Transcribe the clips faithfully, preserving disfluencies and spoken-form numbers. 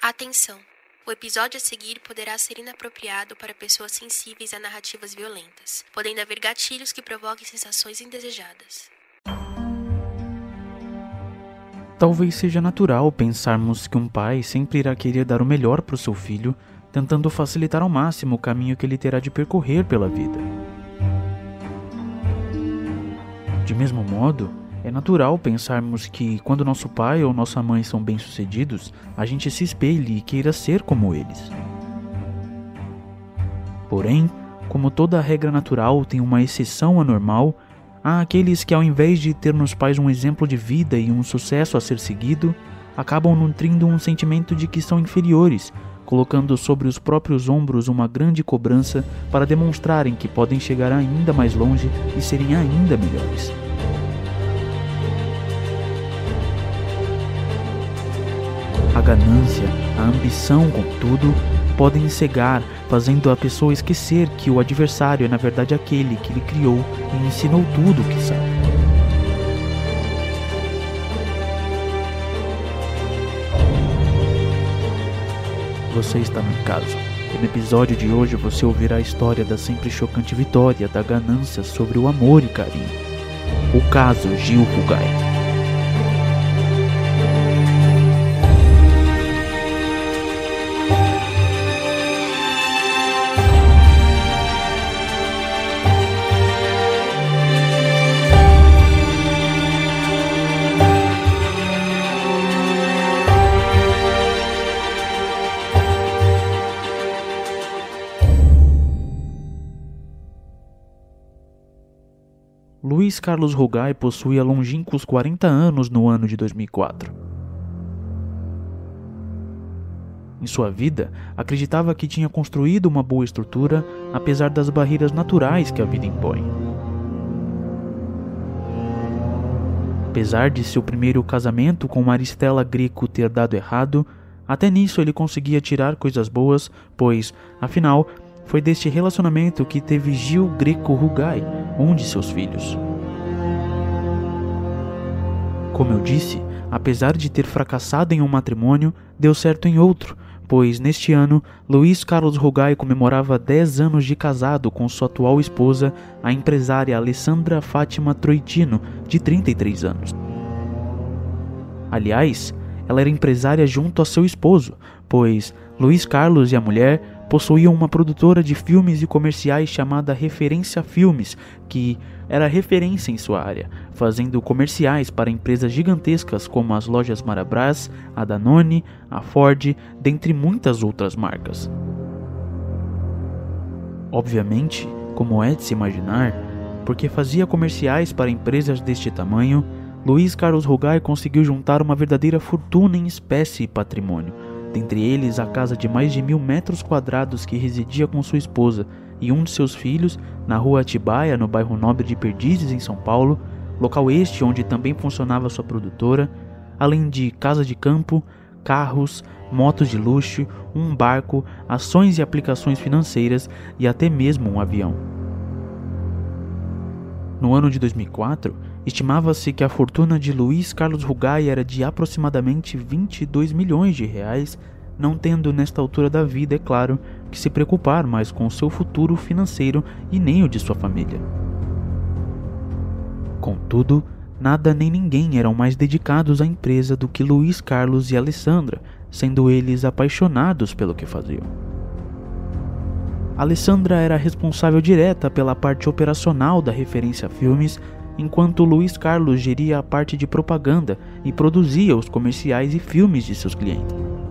Atenção! O episódio a seguir poderá ser inapropriado para pessoas sensíveis a narrativas violentas, podendo haver gatilhos que provoquem sensações indesejadas. Talvez seja natural pensarmos que um pai sempre irá querer dar o melhor para o seu filho, tentando facilitar ao máximo o caminho que ele terá de percorrer pela vida. De mesmo modo, é natural pensarmos que, quando nosso pai ou nossa mãe são bem-sucedidos, a gente se espelhe e queira ser como eles. Porém, como toda regra natural tem uma exceção anormal, há aqueles que, ao invés de ter nos pais um exemplo de vida e um sucesso a ser seguido, acabam nutrindo um sentimento de que são inferiores, colocando sobre os próprios ombros uma grande cobrança para demonstrarem que podem chegar ainda mais longe e serem ainda melhores. A ganância, a ambição, contudo, podem cegar, fazendo a pessoa esquecer que o adversário é na verdade aquele que lhe criou e ensinou tudo o que sabe. Você está no caso. E no episódio de hoje você ouvirá a história da sempre chocante vitória da ganância sobre o amor e carinho. O caso Gil Rugai. Luiz Carlos Rugai possuía longínquos quarenta anos no ano de dois mil e quatro. Em sua vida, acreditava que tinha construído uma boa estrutura, apesar das barreiras naturais que a vida impõe. Apesar de seu primeiro casamento com Maristela Greco ter dado errado, até nisso ele conseguia tirar coisas boas, pois, afinal, foi deste relacionamento que teve Gil Greco Rugai, um de seus filhos. Como eu disse, apesar de ter fracassado em um matrimônio, deu certo em outro, pois neste ano, Luiz Carlos Rugai comemorava dez anos de casado com sua atual esposa, a empresária Alessandra Fátima Troitino, de trinta e três anos. Aliás, ela era empresária junto a seu esposo, pois Luiz Carlos e a mulher possuíam uma produtora de filmes e comerciais chamada Referência Filmes, que era referência em sua área, fazendo comerciais para empresas gigantescas como as lojas Marabras, a Danone, a Ford, dentre muitas outras marcas. Obviamente, como é de se imaginar, porque fazia comerciais para empresas deste tamanho, Luiz Carlos Rugai conseguiu juntar uma verdadeira fortuna em espécie e patrimônio, dentre eles a casa de mais de mil metros quadrados que residia com sua esposa e um de seus filhos na rua Atibaia, no bairro Nobre de Perdizes, em São Paulo, local este onde também funcionava sua produtora, além de casa de campo, carros, motos de luxo, um barco, ações e aplicações financeiras e até mesmo um avião. No ano de dois mil e quatro, estimava-se que a fortuna de Luiz Carlos Rugai era de aproximadamente vinte e dois milhões de reais, não tendo nesta altura da vida, é claro, que se preocupar mais com o seu futuro financeiro e nem o de sua família. Contudo, nada nem ninguém eram mais dedicados à empresa do que Luiz Carlos e Alessandra, sendo eles apaixonados pelo que faziam. Alessandra era responsável direta pela parte operacional da Referência Filmes, enquanto Luiz Carlos geria a parte de propaganda e produzia os comerciais e filmes de seus clientes.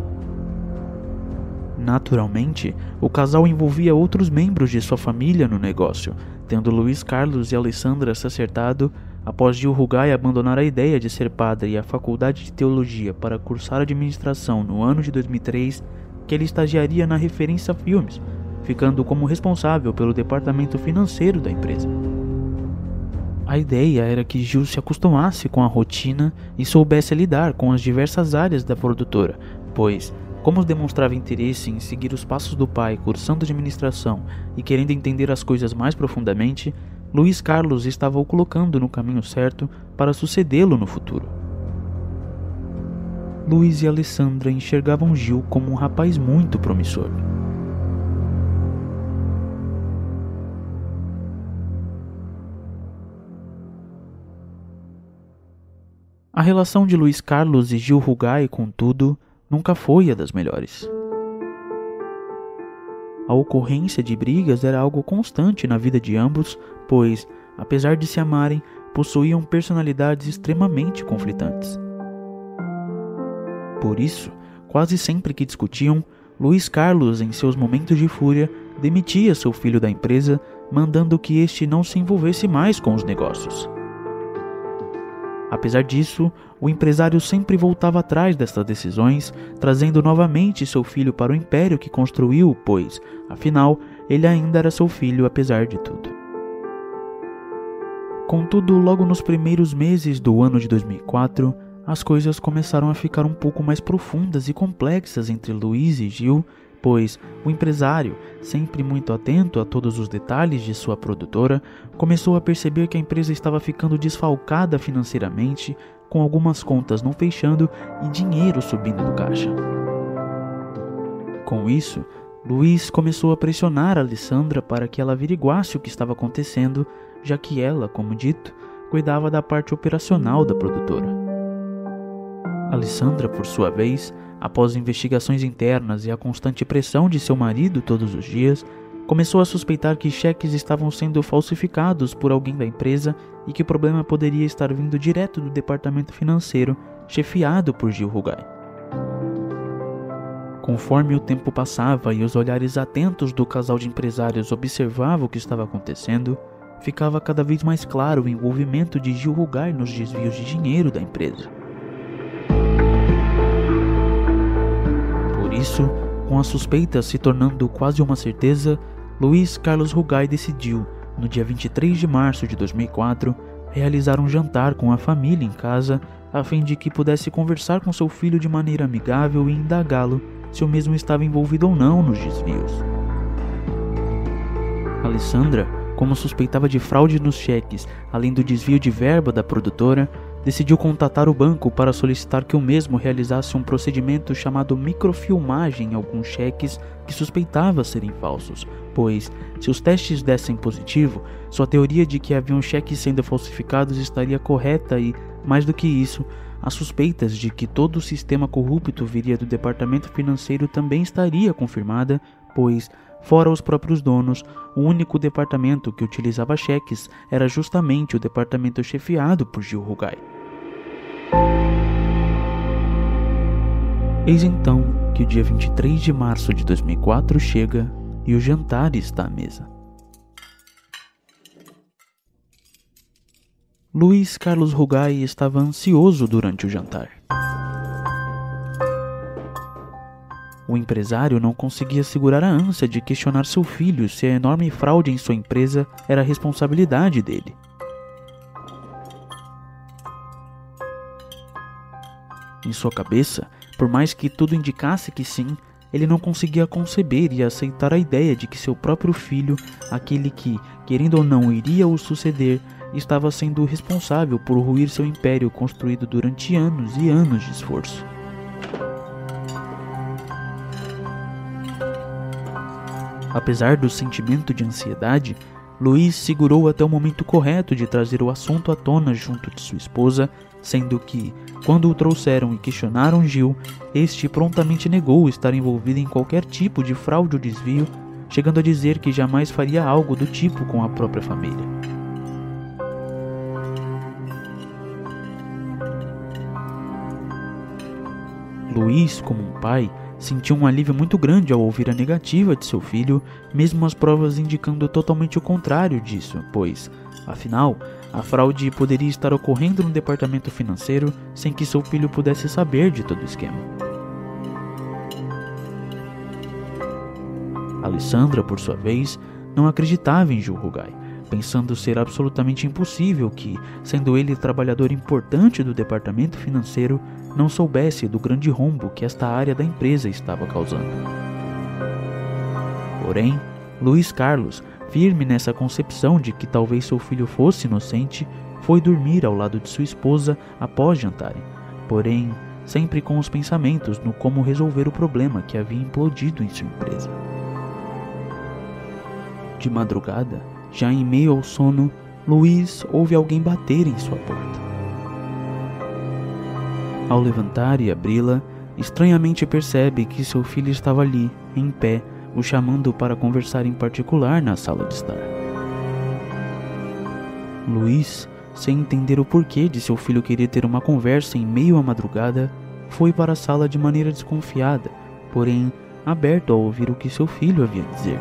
Naturalmente, o casal envolvia outros membros de sua família no negócio, tendo Luiz Carlos e Alessandra se acertado, após Gil Rugai abandonar a ideia de ser padre e a faculdade de teologia para cursar administração no ano de dois mil e três, que ele estagiaria na Referência Filmes, ficando como responsável pelo departamento financeiro da empresa. A ideia era que Gil se acostumasse com a rotina e soubesse lidar com as diversas áreas da produtora, pois, como demonstrava interesse em seguir os passos do pai cursando administração e querendo entender as coisas mais profundamente, Luiz Carlos estava o colocando no caminho certo para sucedê-lo no futuro. Luiz e Alessandra enxergavam Gil como um rapaz muito promissor. A relação de Luiz Carlos e Gil Rugai, contudo, nunca foi a das melhores. A ocorrência de brigas era algo constante na vida de ambos, pois, apesar de se amarem, possuíam personalidades extremamente conflitantes. Por isso, quase sempre que discutiam, Luiz Carlos, em seus momentos de fúria, demitia seu filho da empresa, mandando que este não se envolvesse mais com os negócios. Apesar disso, o empresário sempre voltava atrás destas decisões, trazendo novamente seu filho para o império que construiu, pois, afinal, ele ainda era seu filho apesar de tudo. Contudo, logo nos primeiros meses do ano de dois mil e quatro, as coisas começaram a ficar um pouco mais profundas e complexas entre Luiz e Gil, pois o empresário, sempre muito atento a todos os detalhes de sua produtora, começou a perceber que a empresa estava ficando desfalcada financeiramente, com algumas contas não fechando e dinheiro subindo do caixa. Com isso, Luiz começou a pressionar a Alessandra para que ela averiguasse o que estava acontecendo, já que ela, como dito, cuidava da parte operacional da produtora. Alessandra, por sua vez, após investigações internas e a constante pressão de seu marido todos os dias, começou a suspeitar que cheques estavam sendo falsificados por alguém da empresa e que o problema poderia estar vindo direto do departamento financeiro, chefiado por Gil Rugai. Conforme o tempo passava e os olhares atentos do casal de empresários observavam o que estava acontecendo, ficava cada vez mais claro o envolvimento de Gil Rugai nos desvios de dinheiro da empresa. Por isso, com a suspeita se tornando quase uma certeza, Luiz Carlos Rugai decidiu, no dia vinte e três de março de dois mil e quatro, realizar um jantar com a família em casa, a fim de que pudesse conversar com seu filho de maneira amigável e indagá-lo se o mesmo estava envolvido ou não nos desvios. Alessandra, como suspeitava de fraude nos cheques, além do desvio de verba da produtora, decidiu contatar o banco para solicitar que o mesmo realizasse um procedimento chamado microfilmagem em alguns cheques que suspeitava serem falsos, pois, se os testes dessem positivo, sua teoria de que haviam cheques sendo falsificados estaria correta e, mais do que isso, as suspeitas de que todo o sistema corrupto viria do departamento financeiro também estaria confirmada, pois, fora os próprios donos, o único departamento que utilizava cheques era justamente o departamento chefiado por Gil Rugai. Eis então que o dia vinte e três de março de dois mil e quatro chega e o jantar está à mesa. Luiz Carlos Rugai estava ansioso durante o jantar. O empresário não conseguia segurar a ânsia de questionar seu filho se a enorme fraude em sua empresa era responsabilidade dele. Em sua cabeça, por mais que tudo indicasse que sim, ele não conseguia conceber e aceitar a ideia de que seu próprio filho, aquele que, querendo ou não, iria o suceder, estava sendo o responsável por ruir seu império construído durante anos e anos de esforço. Apesar do sentimento de ansiedade, Luiz segurou até o momento correto de trazer o assunto à tona junto de sua esposa, sendo que, quando o trouxeram e questionaram Gil, este prontamente negou estar envolvido em qualquer tipo de fraude ou desvio, chegando a dizer que jamais faria algo do tipo com a própria família. Luiz, como um pai, sentiu um alívio muito grande ao ouvir a negativa de seu filho, mesmo as provas indicando totalmente o contrário disso, pois, afinal, a fraude poderia estar ocorrendo no departamento financeiro sem que seu filho pudesse saber de todo o esquema. Alessandra, por sua vez, não acreditava em Gil Rugai, pensando ser absolutamente impossível que, sendo ele trabalhador importante do departamento financeiro, não soubesse do grande rombo que esta área da empresa estava causando. Porém, Luiz Carlos, firme nessa concepção de que talvez seu filho fosse inocente, foi dormir ao lado de sua esposa após jantarem. Porém, sempre com os pensamentos no como resolver o problema que havia implodido em sua empresa. De madrugada, já em meio ao sono, Luiz ouve alguém bater em sua porta. Ao levantar e abri-la, estranhamente percebe que seu filho estava ali, em pé, o chamando para conversar em particular na sala de estar. Luiz, sem entender o porquê de seu filho querer ter uma conversa em meio à madrugada, foi para a sala de maneira desconfiada, porém aberto a ouvir o que seu filho havia a dizer.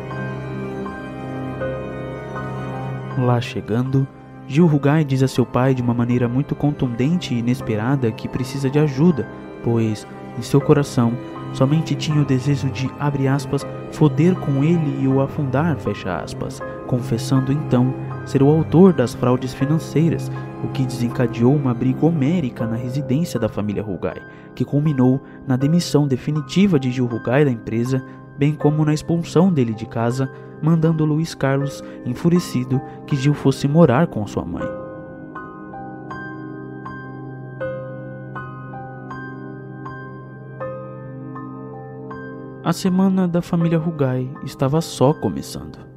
Lá chegando, Gil Rugai diz a seu pai de uma maneira muito contundente e inesperada que precisa de ajuda, pois, em seu coração, somente tinha o desejo de, abre aspas, foder com ele e o afundar, fecha aspas, confessando então ser o autor das fraudes financeiras, o que desencadeou uma briga homérica na residência da família Rugai, que culminou na demissão definitiva de Gil Rugai da empresa, bem como na expulsão dele de casa, mandando Luiz Carlos, enfurecido, que Gil fosse morar com sua mãe. A semana da família Rugai estava só começando.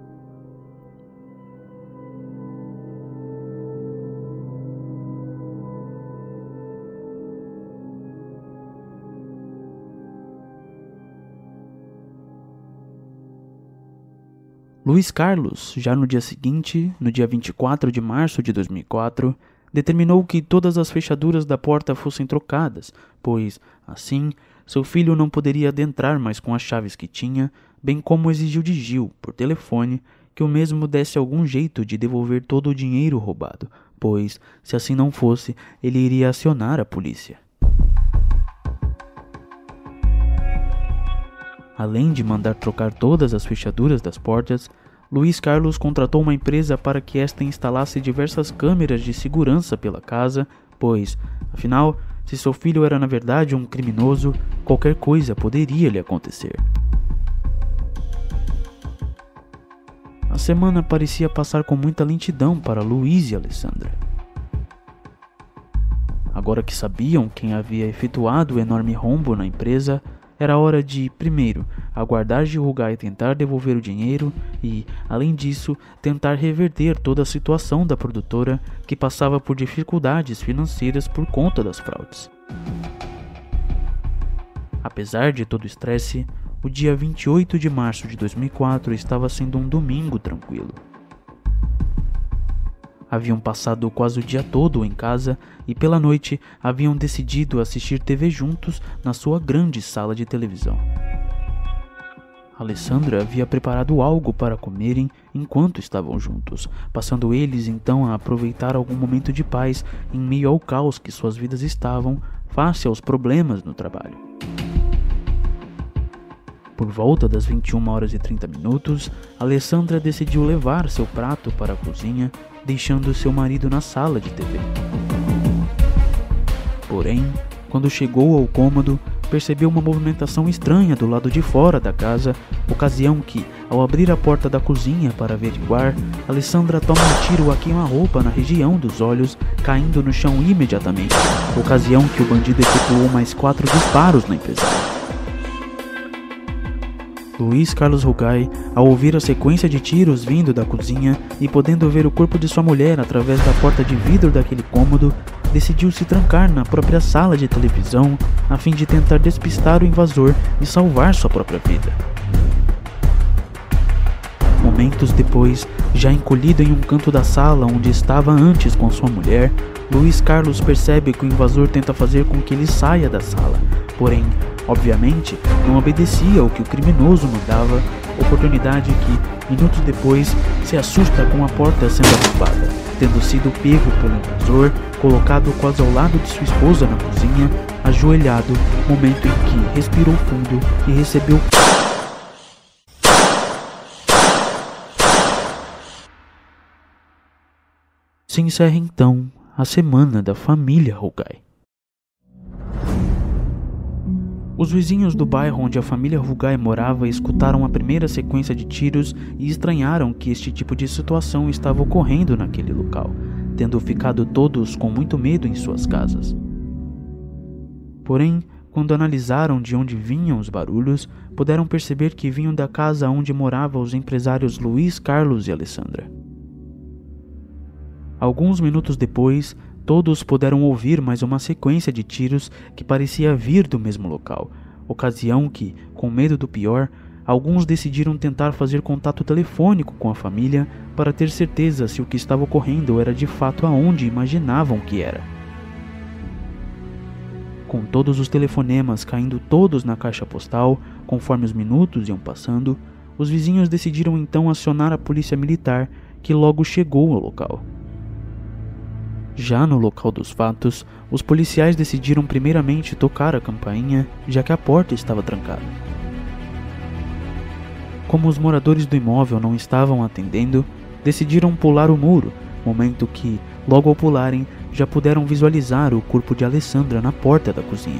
Luiz Carlos, já no dia seguinte, no dia vinte e quatro de março de dois mil e quatro, determinou que todas as fechaduras da porta fossem trocadas, pois, assim, seu filho não poderia adentrar mais com as chaves que tinha, bem como exigiu de Gil, por telefone, que o mesmo desse algum jeito de devolver todo o dinheiro roubado, pois, se assim não fosse, ele iria acionar a polícia. Além de mandar trocar todas as fechaduras das portas, Luiz Carlos contratou uma empresa para que esta instalasse diversas câmeras de segurança pela casa, pois, afinal, se seu filho era na verdade um criminoso, qualquer coisa poderia lhe acontecer. A semana parecia passar com muita lentidão para Luiz e Alessandra. Agora que sabiam quem havia efetuado o enorme rombo na empresa, era hora de, primeiro, aguardar Gil Rugai tentar devolver o dinheiro e, além disso, tentar reverter toda a situação da produtora que passava por dificuldades financeiras por conta das fraudes. Apesar de todo o estresse, o dia vinte e oito de março de dois mil e quatro estava sendo um domingo tranquilo. Haviam passado quase o dia todo em casa e pela noite haviam decidido assistir T V juntos na sua grande sala de televisão. Alessandra havia preparado algo para comerem enquanto estavam juntos, passando eles então a aproveitar algum momento de paz em meio ao caos que suas vidas estavam, face aos problemas no trabalho. Por volta das vinte e uma horas e trinta minutos, Alessandra decidiu levar seu prato para a cozinha, deixando seu marido na sala de T V. Porém, quando chegou ao cômodo, percebeu uma movimentação estranha do lado de fora da casa, ocasião que, ao abrir a porta da cozinha para averiguar, Alessandra toma um tiro a queima-roupa na região dos olhos, caindo no chão imediatamente, ocasião que o bandido efetuou mais quatro disparos na empresária. Luiz Carlos Rugai, ao ouvir a sequência de tiros vindo da cozinha e podendo ver o corpo de sua mulher através da porta de vidro daquele cômodo, decidiu se trancar na própria sala de televisão a fim de tentar despistar o invasor e salvar sua própria vida. Momentos depois, já encolhido em um canto da sala onde estava antes com sua mulher, Luiz Carlos percebe que o invasor tenta fazer com que ele saia da sala, porém, obviamente, não obedecia ao que o criminoso mandava, oportunidade que, minutos depois, se assusta com a porta sendo arrombada, tendo sido pego pelo invasor, colocado quase ao lado de sua esposa na cozinha, ajoelhado, momento em que respirou fundo e recebeu... Se encerra então a semana da família Rugai. Os vizinhos do bairro onde a família Rugai morava escutaram a primeira sequência de tiros e estranharam que este tipo de situação estava ocorrendo naquele local, tendo ficado todos com muito medo em suas casas. Porém, quando analisaram de onde vinham os barulhos, puderam perceber que vinham da casa onde moravam os empresários Luiz Carlos e Alessandra. Alguns minutos depois, todos puderam ouvir mais uma sequência de tiros que parecia vir do mesmo local, ocasião que, com medo do pior, alguns decidiram tentar fazer contato telefônico com a família para ter certeza se o que estava ocorrendo era de fato aonde imaginavam que era. Com todos os telefonemas caindo todos na caixa postal, conforme os minutos iam passando, os vizinhos decidiram então acionar a polícia militar, que logo chegou ao local. Já no local dos fatos, os policiais decidiram primeiramente tocar a campainha, já que a porta estava trancada. Como os moradores do imóvel não estavam atendendo, decidiram pular o muro, momento que, logo ao pularem, já puderam visualizar o corpo de Alessandra na porta da cozinha.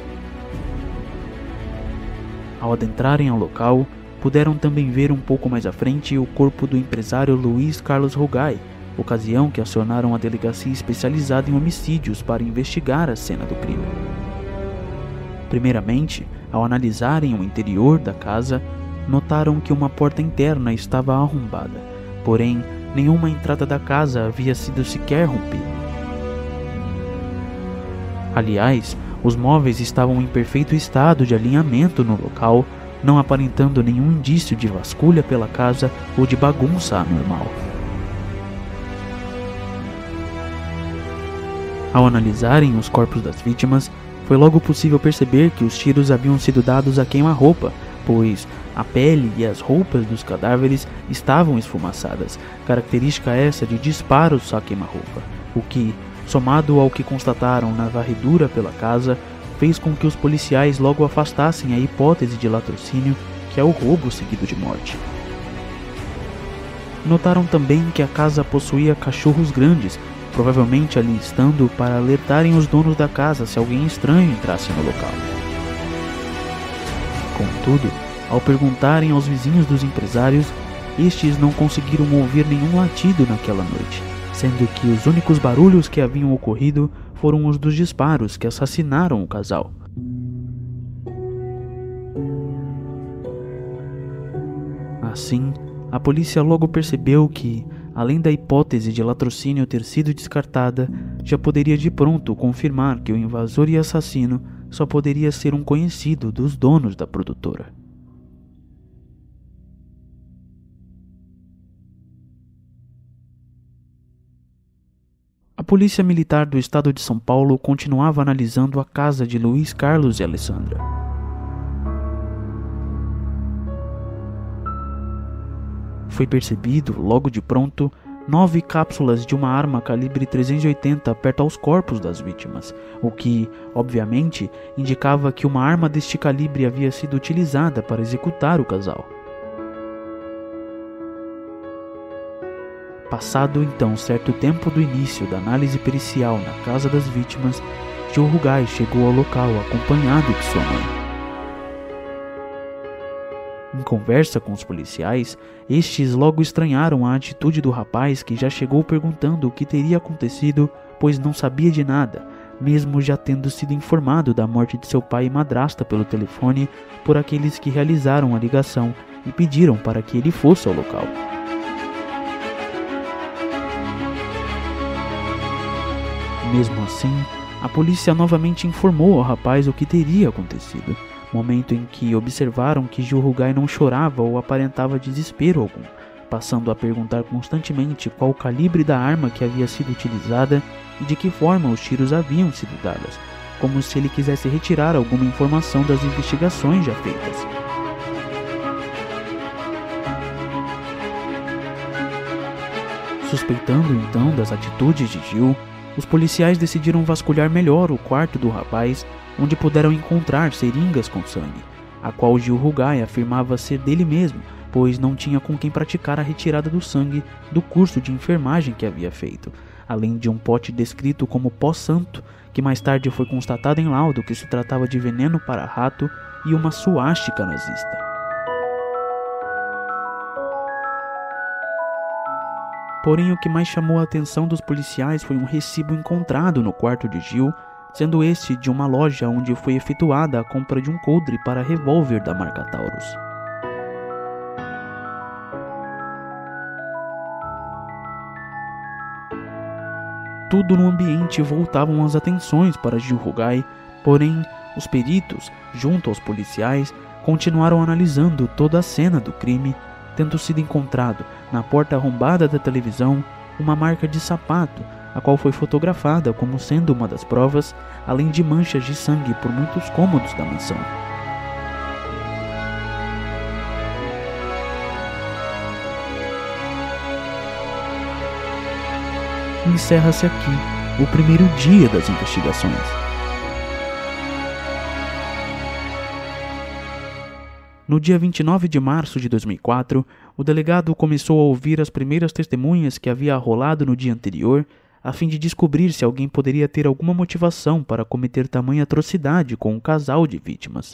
Ao adentrarem ao local, puderam também ver um pouco mais à frente o corpo do empresário Luiz Carlos Rugai, ocasião que acionaram a delegacia especializada em homicídios para investigar a cena do crime. Primeiramente, ao analisarem o interior da casa, notaram que uma porta interna estava arrombada, porém, nenhuma entrada da casa havia sido sequer rompida. Aliás, os móveis estavam em perfeito estado de alinhamento no local, não aparentando nenhum indício de vasculha pela casa ou de bagunça anormal. Ao analisarem os corpos das vítimas, foi logo possível perceber que os tiros haviam sido dados a queima-roupa, pois a pele e as roupas dos cadáveres estavam esfumaçadas, característica essa de disparos a queima-roupa, o que, somado ao que constataram na varredura pela casa, fez com que os policiais logo afastassem a hipótese de latrocínio, que é o roubo seguido de morte. Notaram também que a casa possuía cachorros grandes, provavelmente ali estando para alertarem os donos da casa se alguém estranho entrasse no local. Contudo, ao perguntarem aos vizinhos dos empresários, estes não conseguiram ouvir nenhum latido naquela noite, sendo que os únicos barulhos que haviam ocorrido foram os dos disparos que assassinaram o casal. Assim, a polícia logo percebeu que, além da hipótese de latrocínio ter sido descartada, já poderia de pronto confirmar que o invasor e assassino só poderia ser um conhecido dos donos da produtora. A Polícia Militar do Estado de São Paulo continuava analisando a casa de Luiz Carlos e Alessandra. Foi percebido, logo de pronto, nove cápsulas de uma arma calibre trezentos e oitenta perto aos corpos das vítimas, o que, obviamente, indicava que uma arma deste calibre havia sido utilizada para executar o casal. Passado então certo tempo do início da análise pericial na casa das vítimas, Gil Rugai chegou ao local acompanhado de sua mãe. Em conversa com os policiais, estes logo estranharam a atitude do rapaz, que já chegou perguntando o que teria acontecido, pois não sabia de nada, mesmo já tendo sido informado da morte de seu pai e madrasta pelo telefone por aqueles que realizaram a ligação e pediram para que ele fosse ao local. Mesmo assim, a polícia novamente informou ao rapaz o que teria acontecido, momento em que observaram que Gil Rugai não chorava ou aparentava desespero algum, passando a perguntar constantemente qual o calibre da arma que havia sido utilizada e de que forma os tiros haviam sido dados, como se ele quisesse retirar alguma informação das investigações já feitas. Suspeitando então das atitudes de Gil, os policiais decidiram vasculhar melhor o quarto do rapaz, onde puderam encontrar seringas com sangue, a qual Gil Rugai afirmava ser dele mesmo, pois não tinha com quem praticar a retirada do sangue do curso de enfermagem que havia feito, além de um pote descrito como pó santo, que mais tarde foi constatado em laudo que se tratava de veneno para rato, e uma suástica nazista. Porém, o que mais chamou a atenção dos policiais foi um recibo encontrado no quarto de Gil, sendo este de uma loja onde foi efetuada a compra de um coldre para revólver da marca Taurus. Tudo no ambiente voltavam as atenções para Gil Rugai, porém, os peritos, junto aos policiais, continuaram analisando toda a cena do crime, tendo sido encontrado, na porta arrombada da televisão, uma marca de sapato, a qual foi fotografada como sendo uma das provas, além de manchas de sangue por muitos cômodos da mansão. Encerra-se aqui o primeiro dia das investigações. No dia vinte e nove de março de dois mil e quatro, o delegado começou a ouvir as primeiras testemunhas que havia rolado no dia anterior, a fim de descobrir se alguém poderia ter alguma motivação para cometer tamanha atrocidade com um casal de vítimas.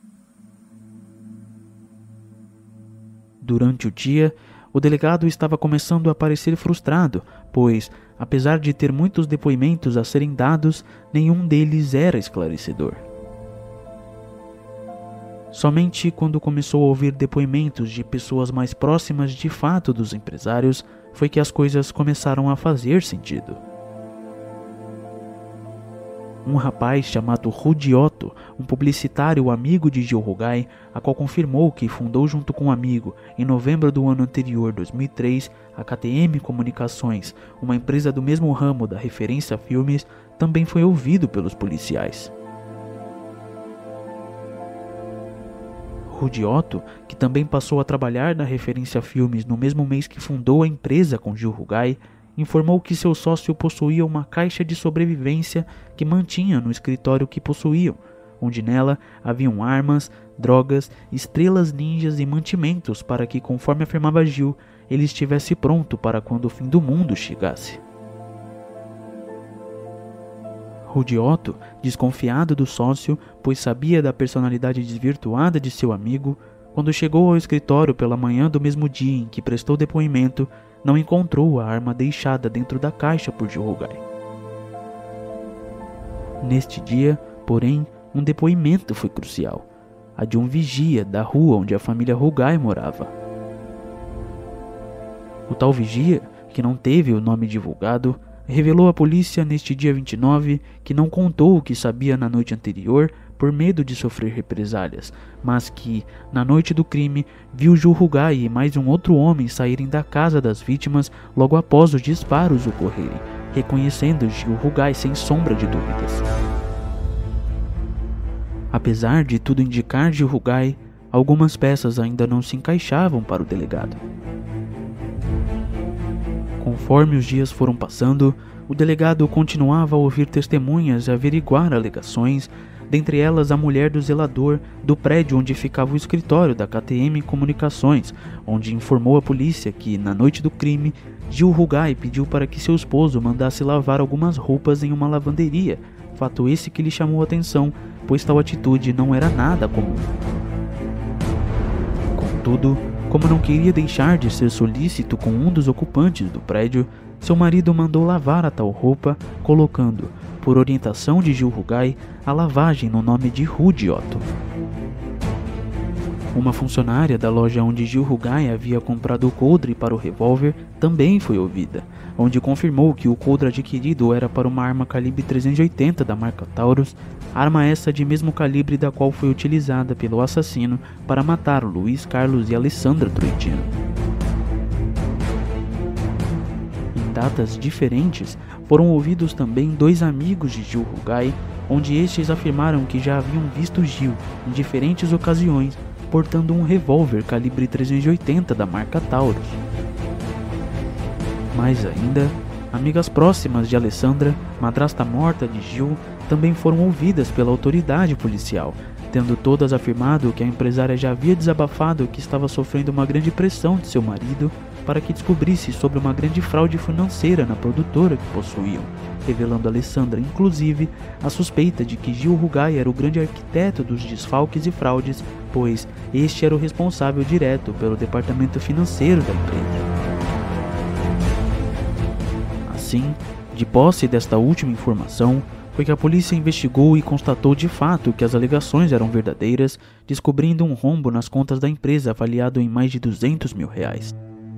Durante o dia, o delegado estava começando a parecer frustrado, pois, apesar de ter muitos depoimentos a serem dados, nenhum deles era esclarecedor. Somente quando começou a ouvir depoimentos de pessoas mais próximas de fato dos empresários, foi que as coisas começaram a fazer sentido. Um rapaz chamado Rudy Otto, um publicitário amigo de Gil Rugai, a qual confirmou que fundou junto com um amigo, em novembro do ano anterior, dois mil e três, a K T M Comunicações, uma empresa do mesmo ramo da Referência Filmes, também foi ouvido pelos policiais. Rudy Otto, que também passou a trabalhar na Referência Filmes no mesmo mês que fundou a empresa com Gil Rugai, informou que seu sócio possuía uma caixa de sobrevivência que mantinha no escritório que possuíam, onde nela haviam armas, drogas, estrelas ninjas e mantimentos para que, conforme afirmava Gil, ele estivesse pronto para quando o fim do mundo chegasse. Rudy Otto, desconfiado do sócio, pois sabia da personalidade desvirtuada de seu amigo, quando chegou ao escritório pela manhã do mesmo dia em que prestou depoimento, não encontrou a arma deixada dentro da caixa por Gil Rugai. Neste dia, porém, um depoimento foi crucial, a de um vigia da rua onde a família Rugai morava. O tal vigia, que não teve o nome divulgado, revelou à polícia neste dia vinte e nove que não contou o que sabia na noite anterior por medo de sofrer represálias, mas que, na noite do crime, viu Gil Rugai e mais um outro homem saírem da casa das vítimas logo após os disparos ocorrerem, reconhecendo Gil Rugai sem sombra de dúvidas. Apesar de tudo indicar Gil Rugai, algumas peças ainda não se encaixavam para o delegado. Conforme os dias foram passando, o delegado continuava a ouvir testemunhas e averiguar alegações, dentre elas a mulher do zelador do prédio onde ficava o escritório da K T M Comunicações, onde informou à polícia que, na noite do crime, Gil Rugai pediu para que seu esposo mandasse lavar algumas roupas em uma lavanderia, fato esse que lhe chamou a atenção, pois tal atitude não era nada comum. Contudo, como não queria deixar de ser solícito com um dos ocupantes do prédio, seu marido mandou lavar a tal roupa, colocando, por orientação de Gil Rugai, a lavagem no nome de Rudy Otto. Uma funcionária da loja onde Gil Rugai havia comprado o coldre para o revólver também foi ouvida, onde confirmou que o coldre adquirido era para uma arma calibre trezentos e oitenta da marca Taurus, arma essa de mesmo calibre da qual foi utilizada pelo assassino para matar Luiz Carlos e Alessandra Troitino. Em datas diferentes, foram ouvidos também dois amigos de Gil Rugai, onde estes afirmaram que já haviam visto Gil, em diferentes ocasiões, portando um revólver calibre trezentos e oitenta da marca Taurus. Mais ainda, amigas próximas de Alessandra, madrasta morta de Gil, também foram ouvidas pela autoridade policial, tendo todas afirmado que a empresária já havia desabafado que estava sofrendo uma grande pressão de seu marido para que descobrisse sobre uma grande fraude financeira na produtora que possuíam, revelando a Alessandra, inclusive, a suspeita de que Gil Rugai era o grande arquiteto dos desfalques e fraudes, pois este era o responsável direto pelo departamento financeiro da empresa. Assim, de posse desta última informação, foi que a polícia investigou e constatou de fato que as alegações eram verdadeiras, descobrindo um rombo nas contas da empresa avaliado em mais de duzentos mil reais.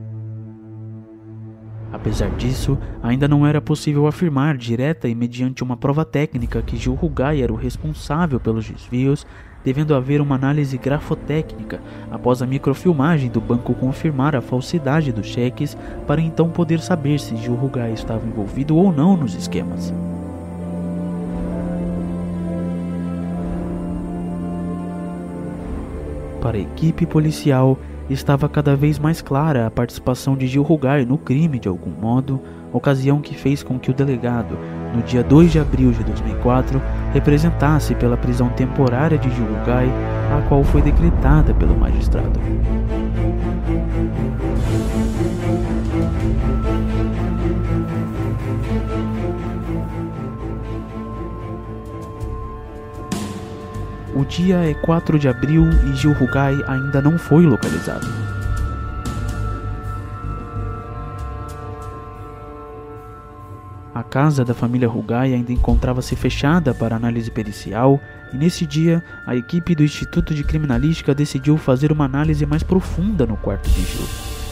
Apesar disso, ainda não era possível afirmar direta e mediante uma prova técnica que Gil Rugai era o responsável pelos desvios, devendo haver uma análise grafotécnica após a microfilmagem do banco confirmar a falsidade dos cheques, para então poder saber se Gil Rugai estava envolvido ou não nos esquemas. Para a equipe policial, estava cada vez mais clara a participação de Gil Rugai no crime de algum modo, ocasião que fez com que o delegado, no dia dois de abril de dois mil e quatro, representasse pela prisão temporária de Gil Rugai, a qual foi decretada pelo magistrado. O dia é quatro de abril e Gil Rugai ainda não foi localizado. A casa da família Rugai ainda encontrava-se fechada para análise pericial e nesse dia a equipe do Instituto de Criminalística decidiu fazer uma análise mais profunda no quarto de Gil.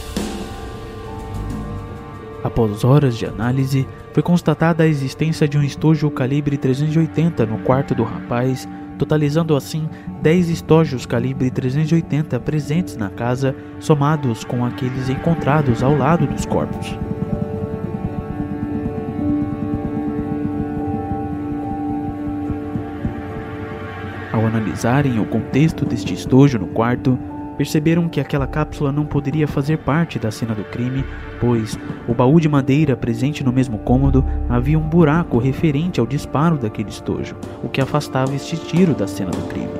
Após horas de análise, foi constatada a existência de um estojo calibre trezentos e oitenta no quarto do rapaz, totalizando assim dez estojos calibre trezentos e oitenta presentes na casa, somados com aqueles encontrados ao lado dos corpos. Ao analisarem o contexto deste estojo no quarto, perceberam que aquela cápsula não poderia fazer parte da cena do crime, pois o baú de madeira presente no mesmo cômodo havia um buraco referente ao disparo daquele estojo, o que afastava este tiro da cena do crime.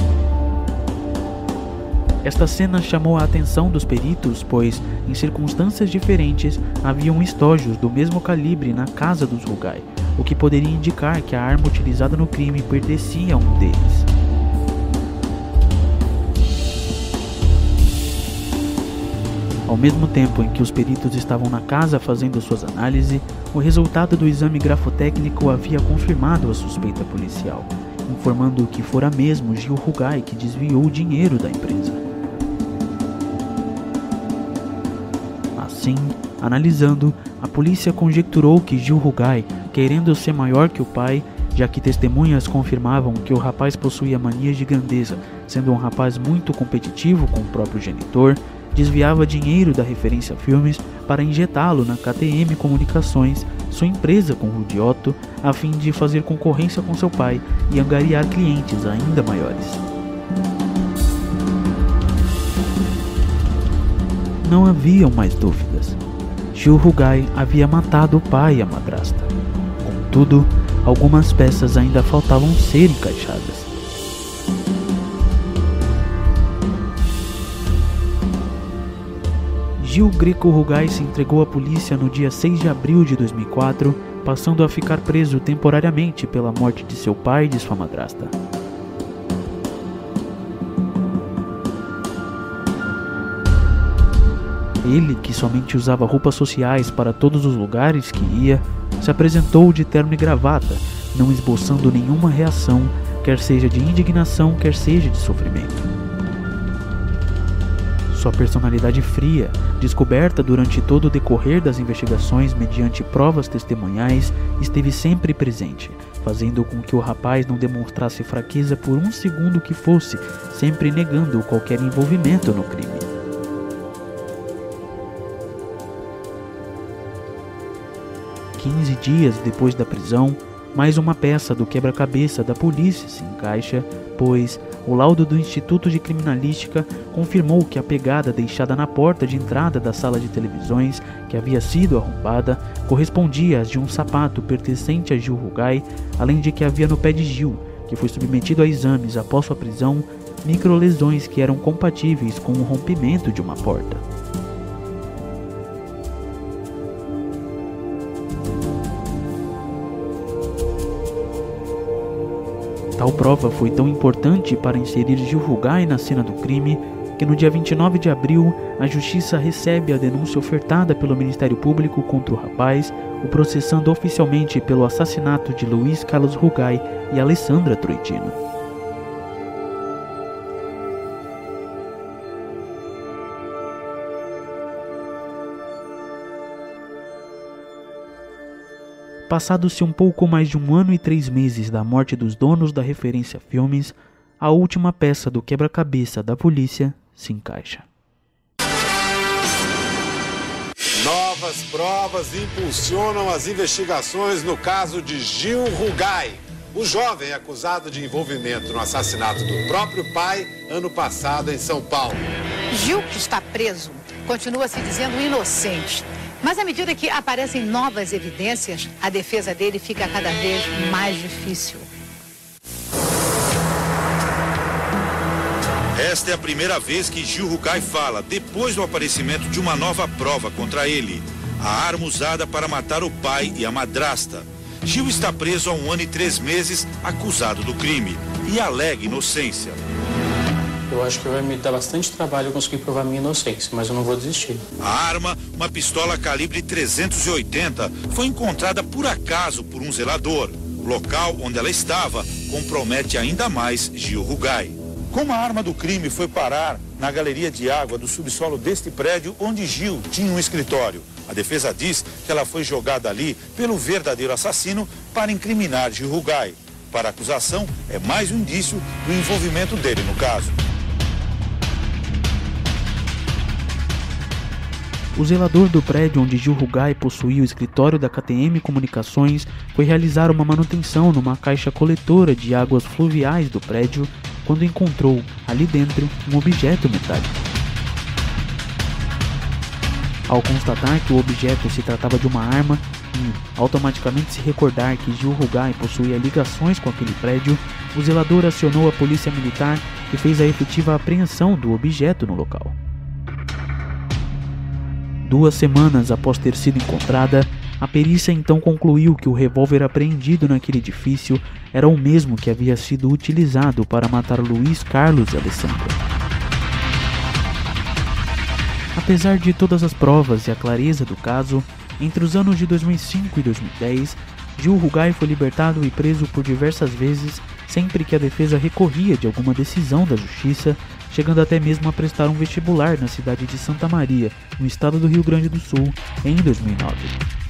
Esta cena chamou a atenção dos peritos, pois, em circunstâncias diferentes, haviam estojos do mesmo calibre na casa dos Rugai, o que poderia indicar que a arma utilizada no crime pertencia a um deles. Ao mesmo tempo em que os peritos estavam na casa fazendo suas análises, o resultado do exame grafotécnico havia confirmado a suspeita policial, informando que fora mesmo Gil Rugai que desviou o dinheiro da empresa. Assim, analisando, a polícia conjecturou que Gil Rugai, querendo ser maior que o pai, já que testemunhas confirmavam que o rapaz possuía manias de grandeza, sendo um rapaz muito competitivo com o próprio genitor, desviava dinheiro da Referência Filmes para injetá-lo na K T M Comunicações, sua empresa com Rudy Otto, a fim de fazer concorrência com seu pai e angariar clientes ainda maiores. Não haviam mais dúvidas. Gil Rugai havia matado o pai e a madrasta. Contudo, algumas peças ainda faltavam ser encaixadas. Gil Greco Rugai se entregou à polícia no dia seis de abril de dois mil e quatro, passando a ficar preso temporariamente pela morte de seu pai e de sua madrasta. Ele, que somente usava roupas sociais para todos os lugares que ia, se apresentou de terno e gravata, não esboçando nenhuma reação, quer seja de indignação, quer seja de sofrimento. Sua personalidade fria, descoberta durante todo o decorrer das investigações mediante provas testemunhais, esteve sempre presente, fazendo com que o rapaz não demonstrasse fraqueza por um segundo que fosse, sempre negando qualquer envolvimento no crime. quinze dias depois da prisão, mais uma peça do quebra-cabeça da polícia se encaixa, pois o laudo do Instituto de Criminalística confirmou que a pegada deixada na porta de entrada da sala de televisões, que havia sido arrombada, correspondia às de um sapato pertencente a Gil Rugai, além de que havia no pé de Gil, que foi submetido a exames após sua prisão, microlesões que eram compatíveis com o rompimento de uma porta. Tal prova foi tão importante para inserir Gil Rugai na cena do crime que no dia vinte e nove de abril, a Justiça recebe a denúncia ofertada pelo Ministério Público contra o rapaz, o processando oficialmente pelo assassinato de Luiz Carlos Rugai e Alessandra Troitino. Passado-se um pouco mais de um ano e três meses da morte dos donos da Referência Filmes, a última peça do quebra-cabeça da polícia se encaixa. Novas provas impulsionam as investigações no caso de Gil Rugai, o jovem acusado de envolvimento no assassinato do próprio pai ano passado em São Paulo. Gil, que está preso, continua se dizendo inocente. Mas à medida que aparecem novas evidências, a defesa dele fica cada vez mais difícil. Esta é a primeira vez que Gil Rugai fala, depois do aparecimento de uma nova prova contra ele. A arma usada para matar o pai e a madrasta. Gil está preso há um ano e três meses, acusado do crime, e alega inocência. Eu acho que vai me dar bastante trabalho eu conseguir provar minha inocência, mas eu não vou desistir. A arma, uma pistola calibre trezentos e oitenta, foi encontrada por acaso por um zelador. O local onde ela estava compromete ainda mais Gil Rugai. Como a arma do crime foi parar na galeria de água do subsolo deste prédio onde Gil tinha um escritório? A defesa diz que ela foi jogada ali pelo verdadeiro assassino para incriminar Gil Rugai. Para a acusação, é mais um indício do envolvimento dele no caso. O zelador do prédio onde Gil Rugai possuía o escritório da K T M Comunicações foi realizar uma manutenção numa caixa coletora de águas fluviais do prédio quando encontrou, ali dentro, um objeto metálico. Ao constatar que o objeto se tratava de uma arma e automaticamente se recordar que Gil Rugai possuía ligações com aquele prédio, o zelador acionou a polícia militar e fez a efetiva apreensão do objeto no local. Duas semanas após ter sido encontrada, a perícia então concluiu que o revólver apreendido naquele edifício era o mesmo que havia sido utilizado para matar Luiz Carlos e Alessandra. Apesar de todas as provas e a clareza do caso, entre os anos de dois mil e cinco e dois mil e dez, Gil Rugai foi libertado e preso por diversas vezes sempre que a defesa recorria de alguma decisão da justiça, chegando até mesmo a prestar um vestibular na cidade de Santa Maria, no estado do Rio Grande do Sul, em dois mil e nove.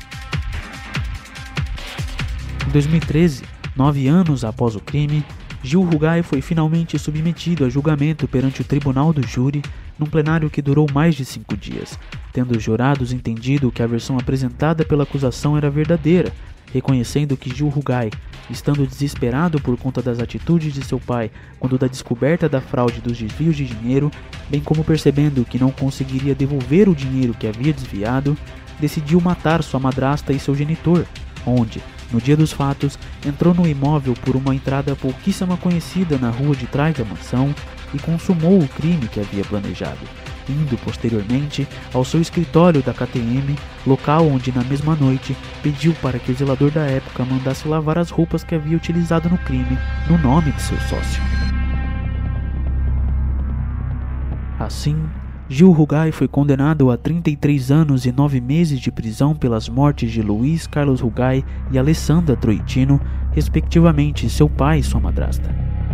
Em dois mil e treze, nove anos após o crime, Gil Rugai foi finalmente submetido a julgamento perante o tribunal do júri, num plenário que durou mais de cinco dias, tendo os jurados entendido que a versão apresentada pela acusação era verdadeira, reconhecendo que Gil Rugai, estando desesperado por conta das atitudes de seu pai quando da descoberta da fraude dos desvios de dinheiro, bem como percebendo que não conseguiria devolver o dinheiro que havia desviado, decidiu matar sua madrasta e seu genitor, onde, no dia dos fatos, entrou no imóvel por uma entrada pouquíssima conhecida na rua de trás da mansão e consumou o crime que havia planejado, indo posteriormente ao seu escritório da K T M, local onde na mesma noite pediu para que o zelador da época mandasse lavar as roupas que havia utilizado no crime no nome de seu sócio. Assim, Gil Rugai foi condenado a trinta e três anos e nove meses de prisão pelas mortes de Luiz Carlos Rugai e Alessandra Troitino, respectivamente seu pai e sua madrasta.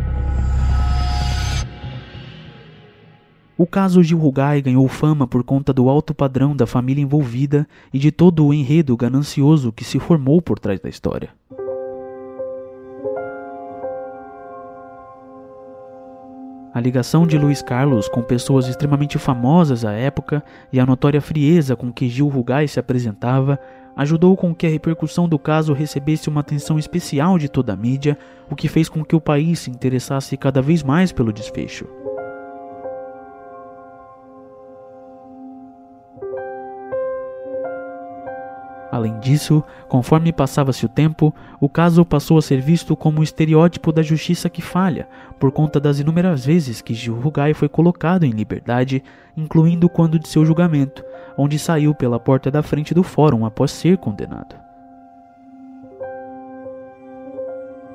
O caso Gil Rugai ganhou fama por conta do alto padrão da família envolvida e de todo o enredo ganancioso que se formou por trás da história. A ligação de Luiz Carlos com pessoas extremamente famosas à época e a notória frieza com que Gil Rugai se apresentava ajudou com que a repercussão do caso recebesse uma atenção especial de toda a mídia, o que fez com que o país se interessasse cada vez mais pelo desfecho. Além disso, conforme passava-se o tempo, o caso passou a ser visto como um estereótipo da justiça que falha, por conta das inúmeras vezes que Gil Rugai foi colocado em liberdade, incluindo quando de seu julgamento, onde saiu pela porta da frente do fórum após ser condenado.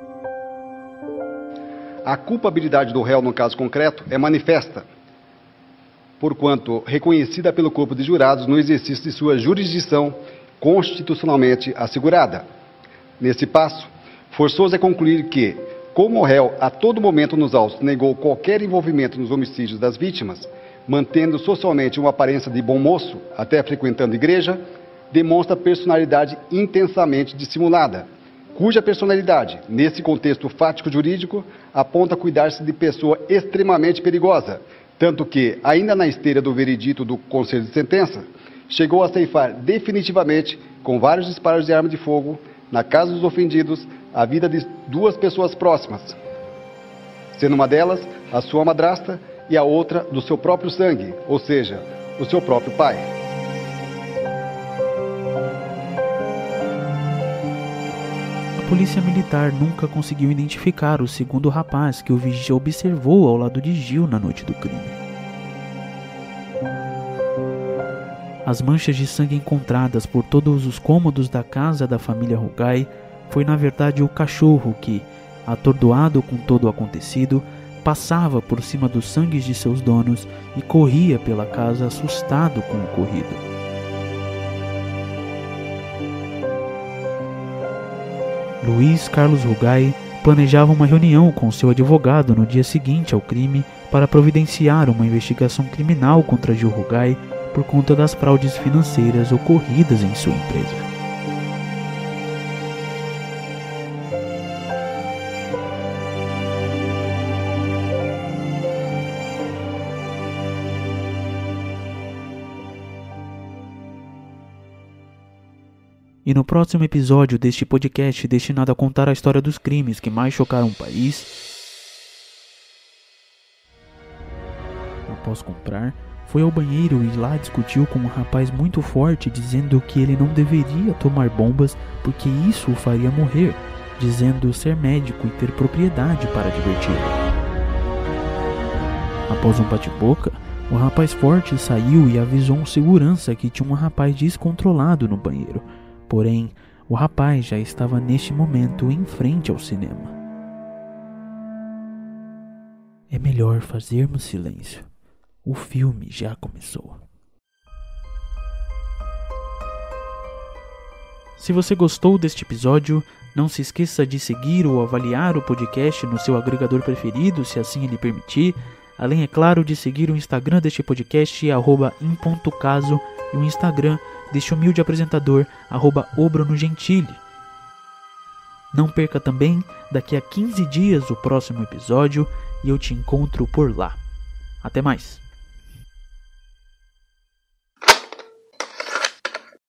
A culpabilidade do réu no caso concreto é manifesta. porquanto reconhecida pelo corpo de jurados no exercício de sua jurisdição constitucionalmente assegurada. Nesse passo, forçoso é concluir que, como o réu a todo momento nos autos negou qualquer envolvimento nos homicídios das vítimas, mantendo socialmente uma aparência de bom moço, até frequentando igreja, demonstra personalidade intensamente dissimulada, cuja personalidade, nesse contexto fático-jurídico, aponta cuidar-se de pessoa extremamente perigosa, tanto que, ainda na esteira do veredito do Conselho de Sentença, chegou a ceifar definitivamente, com vários disparos de arma de fogo, na casa dos ofendidos, a vida de duas pessoas próximas, sendo uma delas a sua madrasta e a outra do seu próprio sangue, ou seja, o seu próprio pai. A polícia militar nunca conseguiu identificar o segundo rapaz que o vigia observou ao lado de Gil na noite do crime. As manchas de sangue encontradas por todos os cômodos da casa da família Rugai foi na verdade o cachorro que, atordoado com todo o acontecido, passava por cima dos sangues de seus donos e corria pela casa assustado com o ocorrido. Luiz Carlos Rugai planejava uma reunião com seu advogado no dia seguinte ao crime para providenciar uma investigação criminal contra Gil Rugai por conta das fraudes financeiras ocorridas em sua empresa. E no próximo episódio deste podcast destinado a contar a história dos crimes que mais chocaram o país, após comprar, foi ao banheiro e lá discutiu com um rapaz muito forte, dizendo que ele não deveria tomar bombas porque isso o faria morrer, dizendo ser médico e ter propriedade para diverti-lo. Após um bate-boca, o rapaz forte saiu e avisou um segurança que tinha um rapaz descontrolado no banheiro. Porém, o rapaz já estava neste momento em frente ao cinema. É melhor fazermos silêncio. O filme já começou. Se você gostou deste episódio, não se esqueça de seguir ou avaliar o podcast no seu agregador preferido, se assim ele permitir. Além, é claro, de seguir o Instagram deste podcast, arroba em.caso, e o Instagram deste humilde apresentador, arroba o Bruno Gentili. Não perca também, daqui a quinze dias, o próximo episódio, e eu te encontro por lá. Até mais!